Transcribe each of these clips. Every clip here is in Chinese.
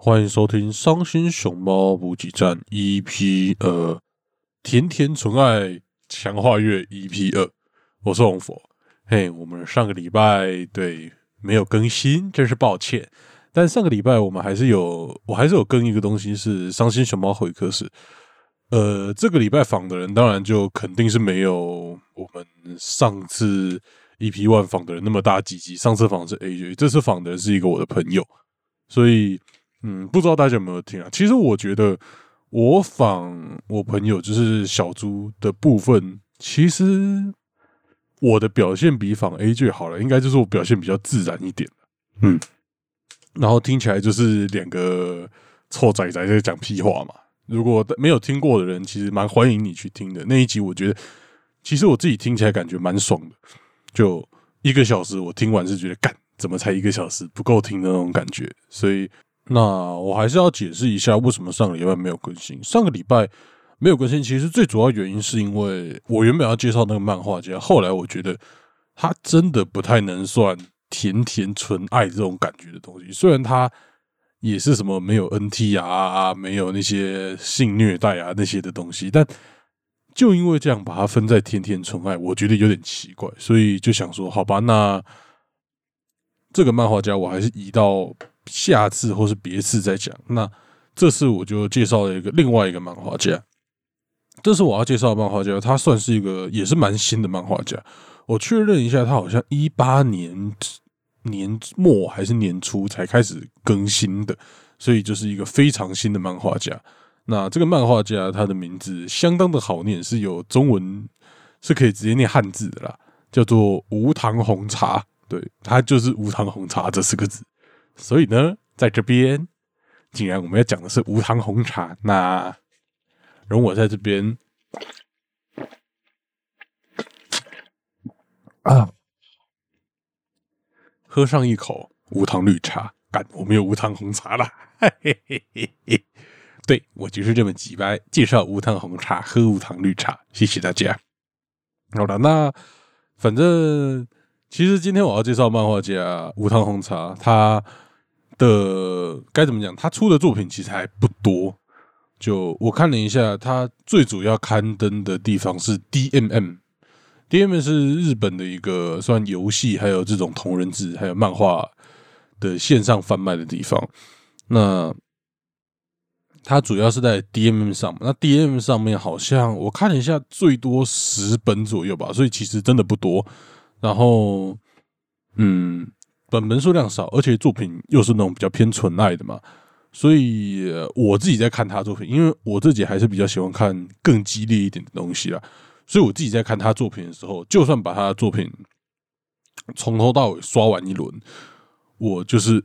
欢迎收听伤心熊猫补给站 EP2，甜甜纯爱强化月 EP2，我是红佛。我们上个礼拜没有更新，真是抱歉。但上个礼拜我还是有更一个东西是伤心熊猫会客室。这个礼拜访的人当然就肯定是没有我们上次 EP1 访的人那么大几集。上次访的是 AJ， 这次访的是一个我的朋友，所以不知道大家有没有听啊？其实我觉得我访我朋友就是小猪的部分，其实我的表现比访 AJ 好了，应该就是我表现比较自然一点。然后听起来就是两个臭仔仔在讲屁话嘛。如果没有听过的人，其实蛮欢迎你去听的。那一集我觉得，其实我自己听起来感觉蛮爽的。就1个小时，我听完是觉得干，怎么才1个小时不够听的那种感觉。所以，那我还是要解释一下为什么上个礼拜没有更新。上个礼拜没有更新，其实最主要原因是因为我原本要介绍那个漫画家，后来我觉得他真的不太能算甜甜纯爱这种感觉的东西。虽然他也是什么没有 NT 啊，没有那些性虐待啊那些的东西，但就因为这样把它分在甜甜纯爱，我觉得有点奇怪，所以就想说，好吧，那这个漫画家我还是移到下次或是别次再讲。那这次我就介绍了另外一个漫画家。这是我要介绍的漫画家，他算是一个也是蛮新的漫画家。我确认一下，他好像18年年末还是年初才开始更新的，所以就是一个非常新的漫画家。那这个漫画家他的名字相当的好念，是有中文是可以直接念汉字的啦，叫做无糖红茶。对，他就是无糖红茶这4个字。所以呢，在这边既然我们要讲的是无糖红茶，那容我在这边喝上一口无糖绿茶。干，我没有无糖红茶啦。对，我就是这么几掰，介绍无糖红茶，喝无糖绿茶。谢谢大家。好了，那反正其实今天我要介绍漫画家无糖红茶，他的该怎么讲？他出的作品其实还不多。就我看了一下，他最主要刊登的地方是 DMM。DMM 是日本的一个算游戏，还有这种同人志，还有漫画的线上贩卖的地方。那它主要是在 DMM 上，那 DMM 上面好像我看了一下，最多10本左右吧，所以其实真的不多。然后，本数量少，而且作品又是那种比较偏纯爱的嘛，所以我自己在看他作品，因为我自己还是比较喜欢看更激烈一点的东西啦，所以我自己在看他作品的时候，就算把他的作品从头到尾刷完一轮，我就是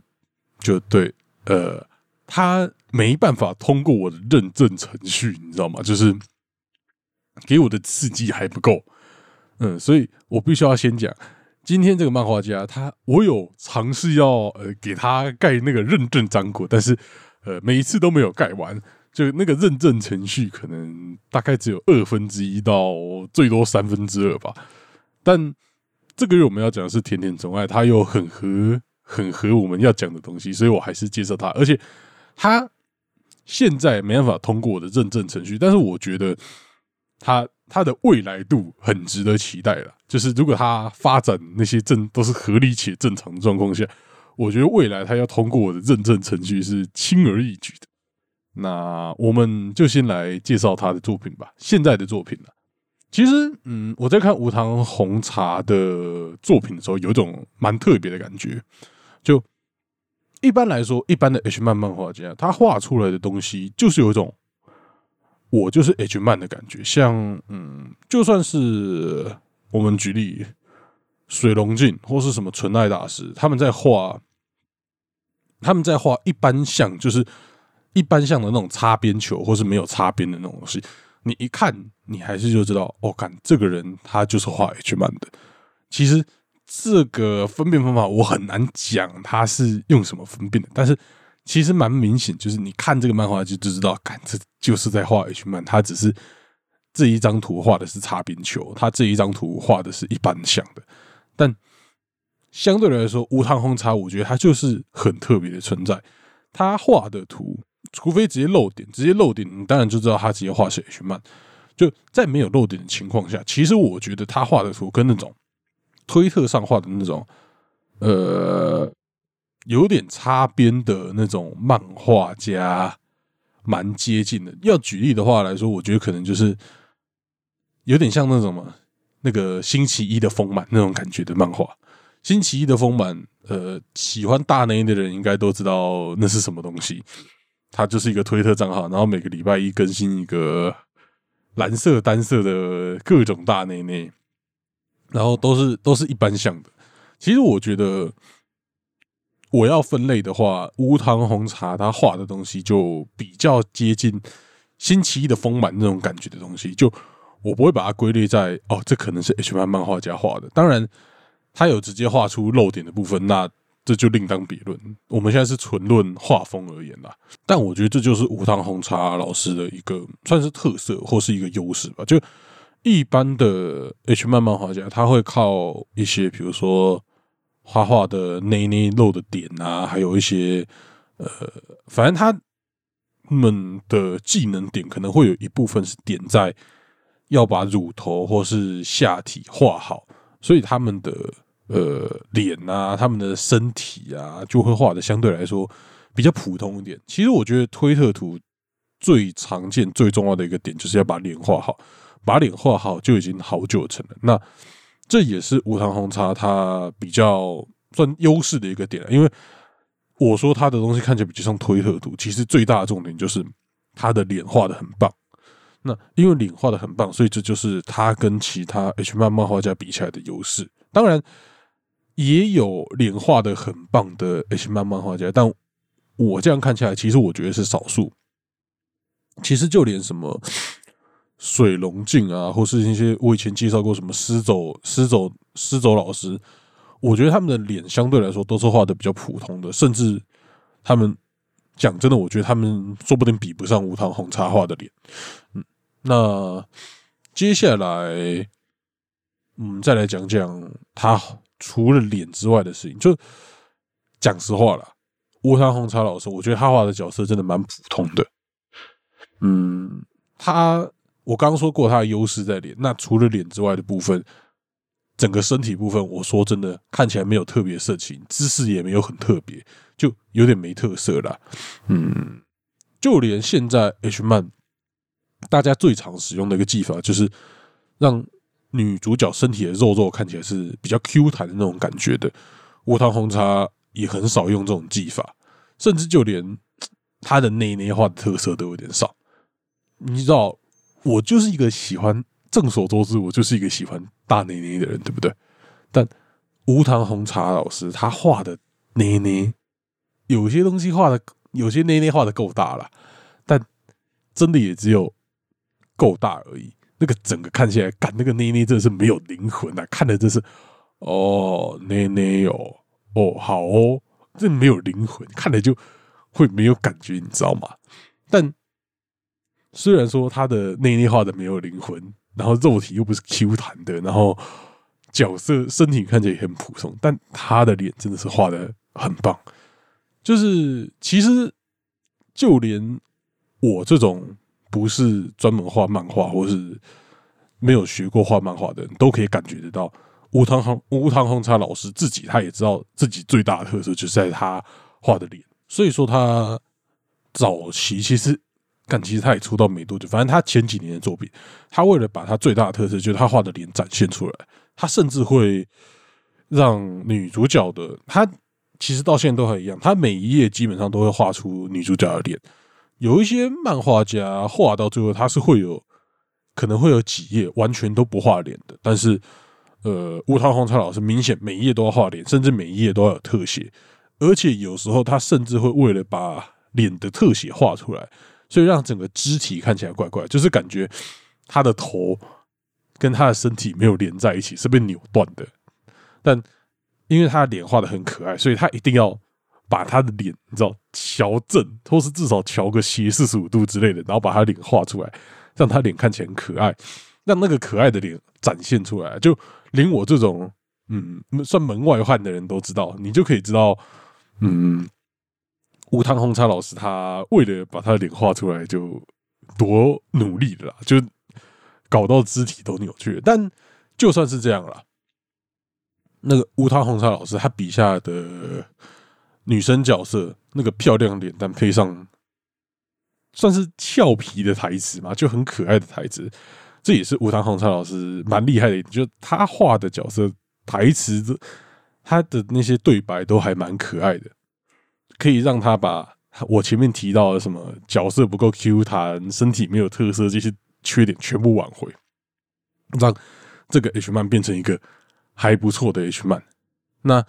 他没办法通过我的认证程序，你知道吗？就是给我的刺激还不够。所以我必须要先讲，今天这个漫画家我有尝试要给他盖那个认证章过，但是每一次都没有盖完，就那个认证程序可能大概只有1/2到最多2/3吧。但这个月我们要讲的是甜甜纯爱，他又很合我们要讲的东西，所以我还是介绍他。而且他现在没办法通过我的认证程序，但是我觉得他的未来度很值得期待啦。就是如果他发展那些都是合理且正常的状况下，我觉得未来他要通过我的认证程序是轻而易举的。那我们就先来介绍他的作品吧，现在的作品啦。其实，我在看无糖红茶的作品的时候，有一种蛮特别的感觉。就一般来说，一般的 H 漫漫画家，他画出来的东西就是有一种我就是 H 漫的感觉。像就算是我们举例水龙镜或是什么纯爱大师，他们在画一般像，就是一般像的那种擦边球，或是没有擦边的那种东西，你一看你还是就知道，干这个人他就是画 H 漫的。其实这个分辨方法我很难讲他是用什么分辨的，但是其实蛮明显，就是你看这个漫画就知道，干这就是在画 H 漫，他只是这一张图画的是擦边球，他这一张图画的是一般像的。但相对来说，无糖红茶我觉得它就是很特别的存在。 他画的图，除非直接漏点，你当然就知道他直接画是 H 漫。就在没有漏点的情况下，其实我觉得他画的图跟那种推特上画的那种有点擦边的那种漫画家蛮接近的。要举例的话来说，我觉得可能就是有点像那种嘛，那个星期一的丰满那种感觉的漫画。星期一的丰满，喜欢大内的人应该都知道那是什么东西。它就是一个推特账号，然后每个礼拜一更新一个蓝色单色的各种大内内，然后都是一般向的。其实我觉得我要分类的话，无糖红茶他画的东西就比较接近星期一的丰满那种感觉的东西，就我不会把它归类在这可能是 H 漫画家画的。当然，他有直接画出漏点的部分，那这就另当别论。我们现在是纯论画风而言啦，但我觉得这就是无糖红茶老师的一个算是特色或是一个优势吧。就一般的 H 漫画家，他会靠一些比如说画的内漏的点啊，还有一些反正他们的技能点可能会有一部分是点在要把乳头或是下体画好，所以他们的脸啊，他们的身体啊，就会画的相对来说比较普通一点。其实我觉得推特图最常见、最重要的一个点，就是要把脸画好，把脸画好就已经好9成了。那这也是无糖红茶它比较算优势的一个点，因为我说他的东西看起来比较像推特图，其实最大的重点就是他的脸画的很棒。那因为脸画的很棒，所以这就是他跟其他 H 漫画家比起来的优势。当然，也有脸画的很棒的 H 漫画家，但我这样看起来，其实我觉得是少数。其实就连什么水龙镜啊，或是一些我以前介绍过什么狮走老师，我觉得他们的脸相对来说都是画的比较普通的，甚至他们讲真的，我觉得他们说不定比不上无糖红茶画的脸。那接下来，再来讲讲他除了脸之外的事情。就讲实话啦，无糖红茶老师，我觉得他画的角色真的蛮普通的。我刚刚说过他的优势在脸，那除了脸之外的部分，整个身体部分，我说真的看起来没有特别色情，姿势也没有很特别，就有点没特色啦。就连现在 H 漫大家最常使用的一个技法，就是让女主角身体的肉看起来是比较 Q 弹的那种感觉的。无糖红茶也很少用这种技法，甚至就连他的内化的特色都有点少。你知道，我就是一个喜欢众所周知，我就是一个喜欢大内的人，对不对？但无糖红茶老师他画的内，有些东西画的，有些内画的够大了，但真的也只有够大而已。那个整个看起来，那个内真的是没有灵魂啊！看的真是内好哦，这没有灵魂，看了就会没有感觉，你知道吗？但虽然说他的内画的没有灵魂，然后肉体又不是 Q 弹的，然后角色身体看起来也很普通，但他的脸真的是画的很棒。就是其实就连我这种不是专门画漫画或是没有学过画漫画的人，都可以感觉得到无糖红茶老师自己他也知道自己最大的特色就是在他画的脸。所以说他早期其实他也出道没多久，反正他前几年的作品，他为了把他最大的特色就是他画的脸展现出来，他甚至会让女主角的他其实到现在都还一样，他每一页基本上都会画出女主角的脸。有一些漫画家画到最后，他是可能会有几页完全都不画脸的，但是无糖红茶老师明显每一页都要画脸，甚至每一页都要有特写，而且有时候他甚至会为了把脸的特写画出来，所以让整个肢体看起来怪怪，就是感觉他的头跟他的身体没有连在一起，是被扭断的。但因为他的脸画的很可爱，所以他一定要把他的脸你知道调正，或是至少调个斜45度之类的，然后把他脸画出来，让他脸看起来很可爱，让那个可爱的脸展现出来。就连我这种算门外汉的人都知道，你就可以知道无汤红茶老师他为了把他的脸画出来就多努力的啦，就搞到肢体都扭曲了。但就算是这样啦，那个无汤红茶老师他笔下的女生角色那个漂亮脸蛋配上算是俏皮的台词嘛，就很可爱的台词，这也是无汤红茶老师蛮厉害的一点，就是他画的角色台词，他的那些对白都还蛮可爱的，可以让他把我前面提到的什么角色不够 Q 弹、身体没有特色这些缺点全部挽回，让这个 H 漫变成一个还不错的 H 漫。那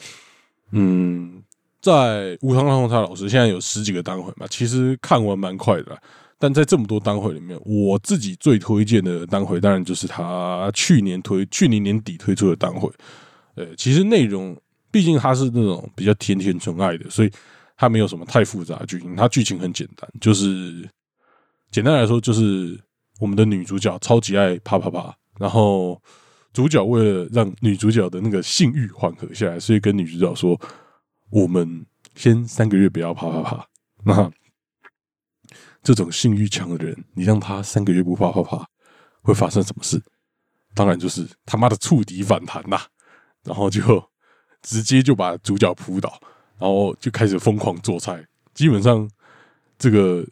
在无汤红茶老师现在有10几个单回嘛，其实看完蛮快的啦。但在这么多单回里面，我自己最推荐的单回，当然就是他去年年底推出的单回。其实内容毕竟它是那种比较甜甜纯爱的，所以它没有什么太复杂的剧情，它剧情很简单，就是简单来说，就是我们的女主角超级爱啪啪啪，然后主角为了让女主角的那个性欲缓和下来，所以跟女主角说：“我们先3个月不要啪啪啪。”那这种性欲强的人，你让他3个月不啪啪啪，会发生什么事？当然就是他妈的触底反弹呐！然后就直接就把主角扑倒，然后就开始疯狂做菜。基本上这个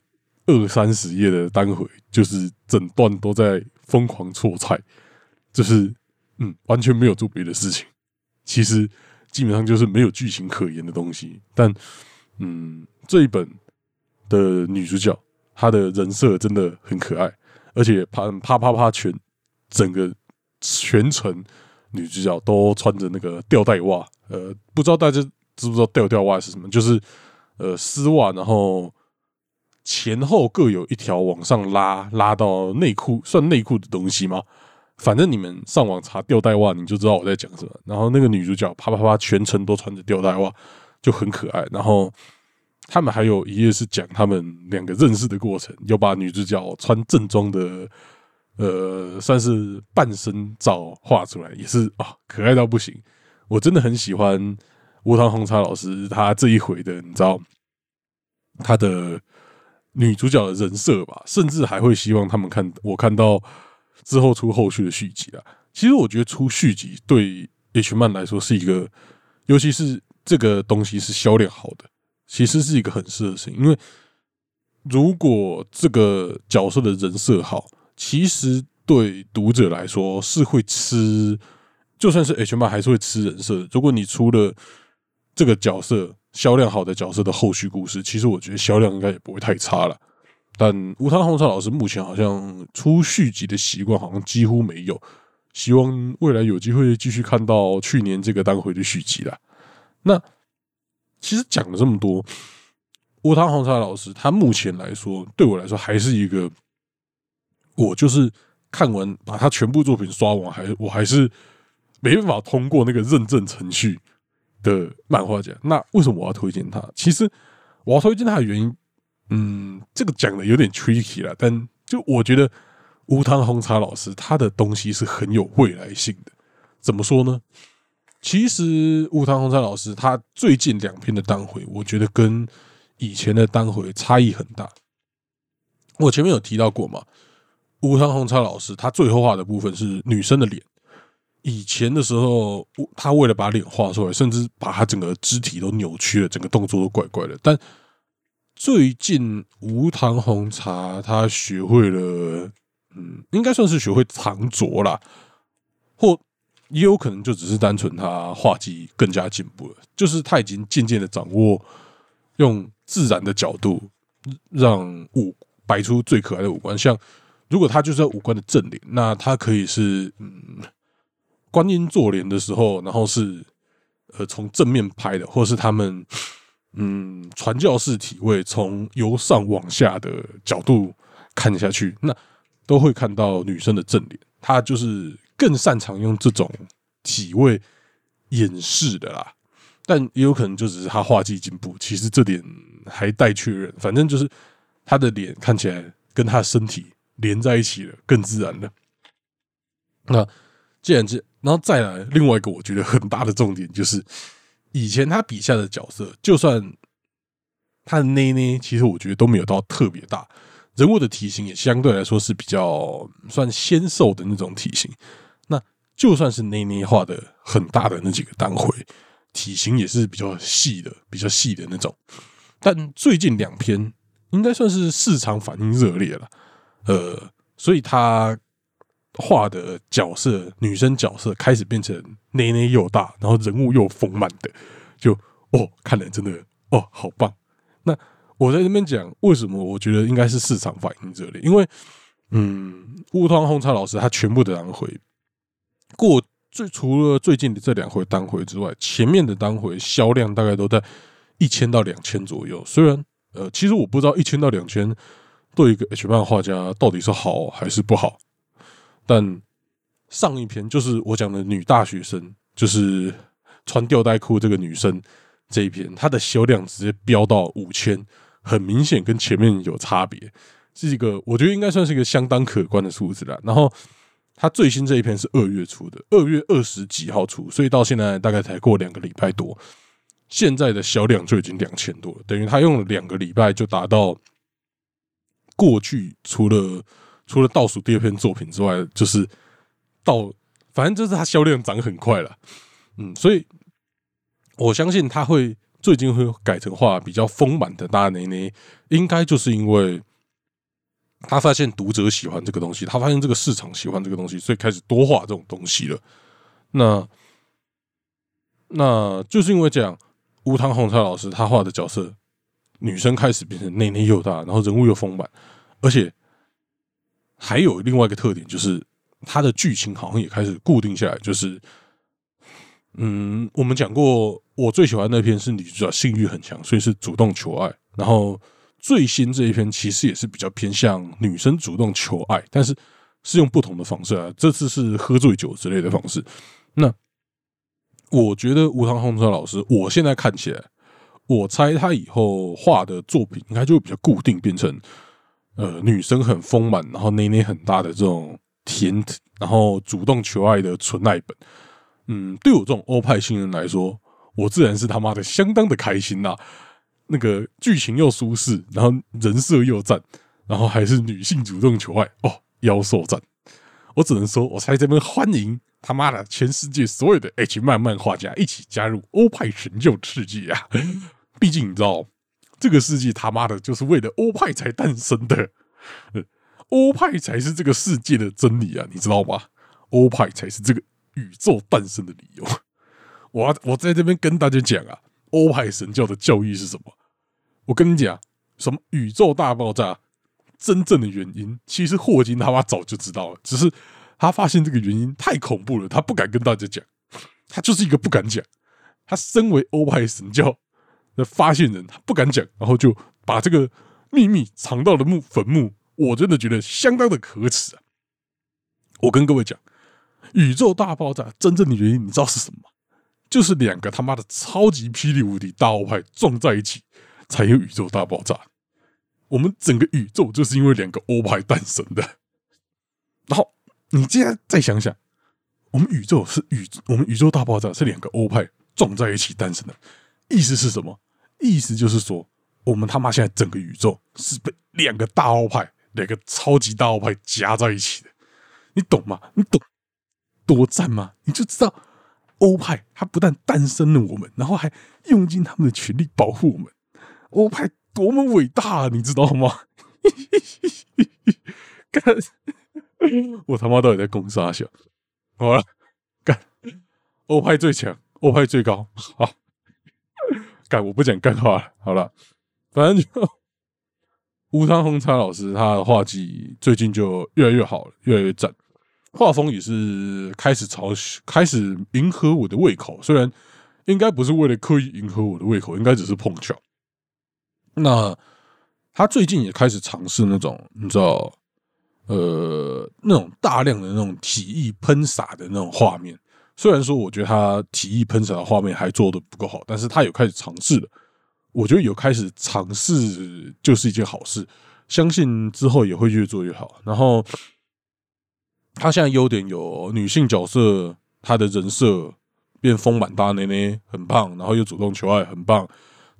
20-30页的单回，就是整段都在疯狂做菜，就是完全没有做别的事情。其实基本上就是没有剧情可言的东西。但这一本的女主角，她的人设真的很可爱，而且啪啪啪整个全程女主角都穿着那个吊带袜，不知道大家知不知道吊袜是什么？就是丝袜，然后前后各有一条往上拉到内裤，算内裤的东西吗？反正你们上网查吊带袜，你就知道我在讲什么。然后那个女主角啪啪啪全程都穿着吊带袜，就很可爱。然后他们还有一页是讲他们2个认识的过程，有把女主角穿正装的算是半身照画出来，也是可爱到不行。我真的很喜欢无汤红茶老师他这一回的，你知道他的女主角的人设吧，甚至还会希望他们我看到之后出后续的续集啦。其实我觉得出续集对 H 漫来说是一个，尤其是这个东西是销量好的，其实是一个很适合的事情。因为如果这个角色的人设好，其实对读者来说是会吃，就算是 H 漫还是会吃人设的。如果你出了这个角色销量好的角色的后续故事，其实我觉得销量应该也不会太差了。但无汤红茶老师目前好像出续集的习惯好像几乎没有，希望未来有机会继续看到去年这个单回的续集啦。那其实讲了这么多，无汤红茶老师他目前来说对我来说还是一个，我就是看完把他全部作品刷完，我还是没办法通过那个认证程序的漫画家。那为什么我要推荐他？其实我要推荐他的原因，这个讲的有点 tricky 啦，但就我觉得无汤红茶老师他的东西是很有未来性的。怎么说呢？其实无汤红茶老师他最近2篇的单回，我觉得跟以前的单回差异很大。我前面有提到过嘛，无汤红茶老师他最后画的部分是女生的脸。以前的时候，他为了把脸画出来，甚至把他整个肢体都扭曲了，整个动作都怪怪的。但最近无糖红茶他学会了，应该算是学会藏拙啦，或也有可能就只是单纯他画技更加进步了，就是他已经渐渐的掌握用自然的角度让摆出最可爱的五官。像如果他就是要五官的正脸，那他可以是观音坐莲的时候，然后是从正面拍的，或是他们传教士体位从由上往下的角度看下去，那都会看到女生的正脸。他就是更擅长用这种体位掩饰的啦，但也有可能就只是他画技进步，其实这点还待确认。反正就是他的脸看起来跟他的身体连在一起了，更自然了。那既然然后再来另外一个我觉得很大的重点，就是以前他笔下的角色，就算他的内内其实我觉得都没有到特别大，人物的体型也相对来说是比较算纤瘦的那种体型。那就算是内内画的很大的那几个单回，体型也是比较细的那种。但最近2篇应该算是市场反应热烈了，所以他画的角色，女生角色开始变成内内又大，然后人物又丰满的，就看了真的好棒。那我在这边讲为什么我觉得应该是市场反应热烈，因为乌汤红茶老师他全部的单回除了最近的这2回单回之外，前面的单回销量大概都在1000到2000左右。虽然其实我不知道1000到2000对一个 H 漫画家到底是好还是不好，但上一篇就是我讲的女大学生，就是穿吊带裤这个女生这一篇，她的销量直接飙到5000，很明显跟前面有差别，是一个我觉得应该算是一个相当可观的数字啦。然后他最新这一篇是2月出的，2月20几号出，所以到现在大概才过2个礼拜多，现在的销量就已经2000多了，等于他用了2个礼拜就达到过去除了倒数第2篇作品之外，就是反正就是他销量涨很快了，所以我相信他最近会改成画比较丰满的大内内，应该就是因为他发现读者喜欢这个东西，他发现这个市场喜欢这个东西，所以开始多画这种东西了。那就是因为这样，无糖红茶老师他画的角色，女生开始变成内内又大，然后人物又丰满，而且还有另外一个特点，就是他的剧情好像也开始固定下来，就是我们讲过，我最喜欢的那篇是女主角性欲很强，所以是主动求爱，然后最新这一篇其实也是比较偏向女生主动求爱，但是是用不同的方式啊，这次是喝醉酒之类的方式。那我觉得无糖红茶老师，我现在看起来，我猜他以后画的作品应该就会比较固定，变成女生很丰满，然后内内很大的这种甜，然后主动求爱的纯爱本。对我这种欧派新人来说，我自然是他妈的相当的开心啦。那个剧情又舒适，然后人设又赞，然后还是女性主动求爱，妖兽赞！我只能说，我在这边欢迎他妈的全世界所有的 H 漫漫画家一起加入欧派神教世界啊！毕竟你知道，这个世界他妈的就是为了欧派才诞生的，欧派才是这个世界的真理啊，你知道吗？欧派才是这个宇宙诞生的理由。我在这边跟大家讲啊，欧派神教的教义是什么？我跟你讲，什么宇宙大爆炸真正的原因，其实霍金他妈早就知道了，只是他发现这个原因太恐怖了，他不敢跟大家讲，他就是一个不敢讲。他身为欧派神教的发现人，他不敢讲，然后就把这个秘密藏到了坟墓，我真的觉得相当的可耻啊！我跟各位讲，宇宙大爆炸真正的原因，你知道是什么吗？就是2个他妈的超级霹雳无敌大欧派撞在一起，才有宇宙大爆炸。我们整个宇宙就是因为2个欧派诞生的。然后你现在再想想，我们宇宙大爆炸是2个欧派撞在一起诞生的，意思是什么？意思就是说，我们他妈现在整个宇宙是被2个大欧派、2个超级大欧派加在一起的，你懂吗？你懂多赞吗？你就知道。欧派他不但诞生了我们，然后还用尽他们的全力保护我们。欧派多么伟大啊，你知道吗？干，我他妈到底在攻杀小？好了，干，欧派最强，欧派最高。好，干，我不讲干话了。好了，反正就无糖红茶老师他的画技最近就越来越好了，越来越赞。画风也是开始迎合我的胃口，虽然应该不是为了刻意迎合我的胃口，应该只是碰巧。那他最近也开始尝试那种你知道，那种大量的那种体液喷洒的那种画面。虽然说我觉得他体液喷洒的画面还做得不够好，但是他有开始尝试了。我觉得有开始尝试就是一件好事，相信之后也会越做越好。然后。他现在优点有女性角色，她的人设变丰满大内内很棒，然后又主动求爱很棒，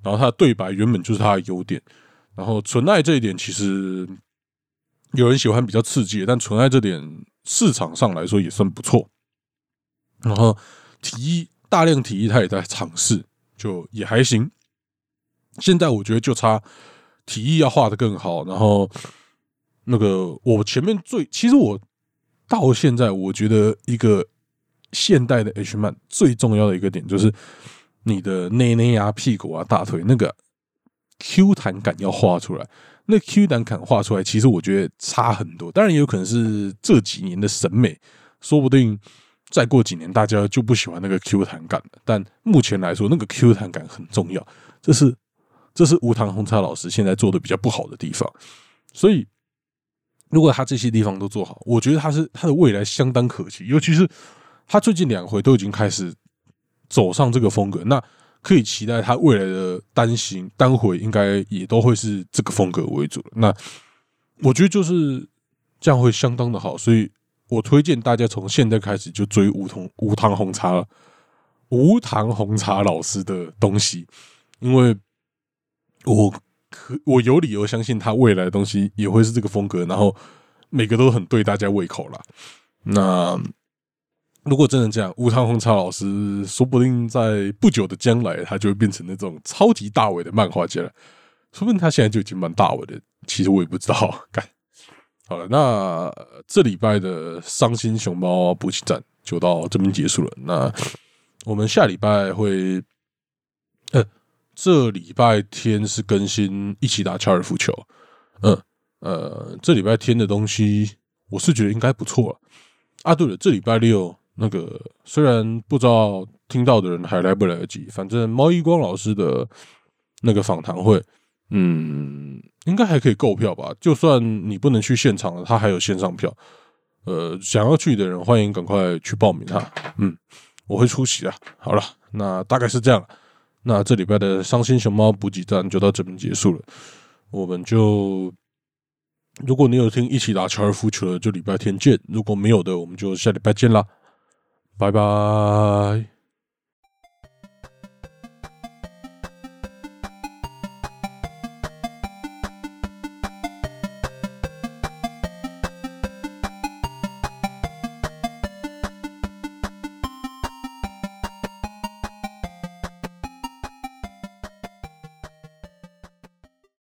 然后他的对白原本就是他的优点，然后纯爱这一点其实有人喜欢比较刺激的，但纯爱这点市场上来说也算不错。然后大量提议他也在尝试，就也还行。现在我觉得就差提议要画得更好，然后那个我前面其实我到现在我觉得一个现代的 H 漫最重要的一个点就是你的内内啊、屁股啊、大腿那个 Q 弹感要画出来。那 Q 弹感画出来，其实我觉得差很多。当然也有可能是这几年的审美，说不定再过几年大家就不喜欢那个 Q 弹感了。但目前来说，那个 Q 弹感很重要，这是无糖红茶老师现在做的比较不好的地方。所以，如果他这些地方都做好，我觉得他的未来相当可期。尤其是他最近2回都已经开始走上这个风格，那可以期待他未来的单回应该也都会是这个风格为主。那我觉得就是这样会相当的好，所以我推荐大家从现在开始就追无糖红茶老师的东西，因为我有理由相信他未来的东西也会是这个风格，然后每个都很对大家胃口啦。那如果真的这样，无糖红茶老师说不定在不久的将来，他就会变成那种超级大尾的漫画家了。说不定他现在就已经蛮大尾的，其实我也不知道。干好了，那这礼拜的伤心熊猫补给站就到这边结束了。那我们下礼拜会，这礼拜天是更新一起打高尔夫球。这礼拜天的东西我是觉得应该不错了。啊，对了，这礼拜六那个虽然不知道听到的人还来不来得及，反正猫一光老师的那个访谈会，应该还可以购票吧？就算你不能去现场了，他还有线上票。想要去的人欢迎赶快去报名哈。我会出席啊。好了，那大概是这样。那这礼拜的伤心熊猫补给站就到这边结束了。我们就，如果你有听一起打高尔夫球的，就礼拜天见；如果没有的，我们就下礼拜见啦。拜拜。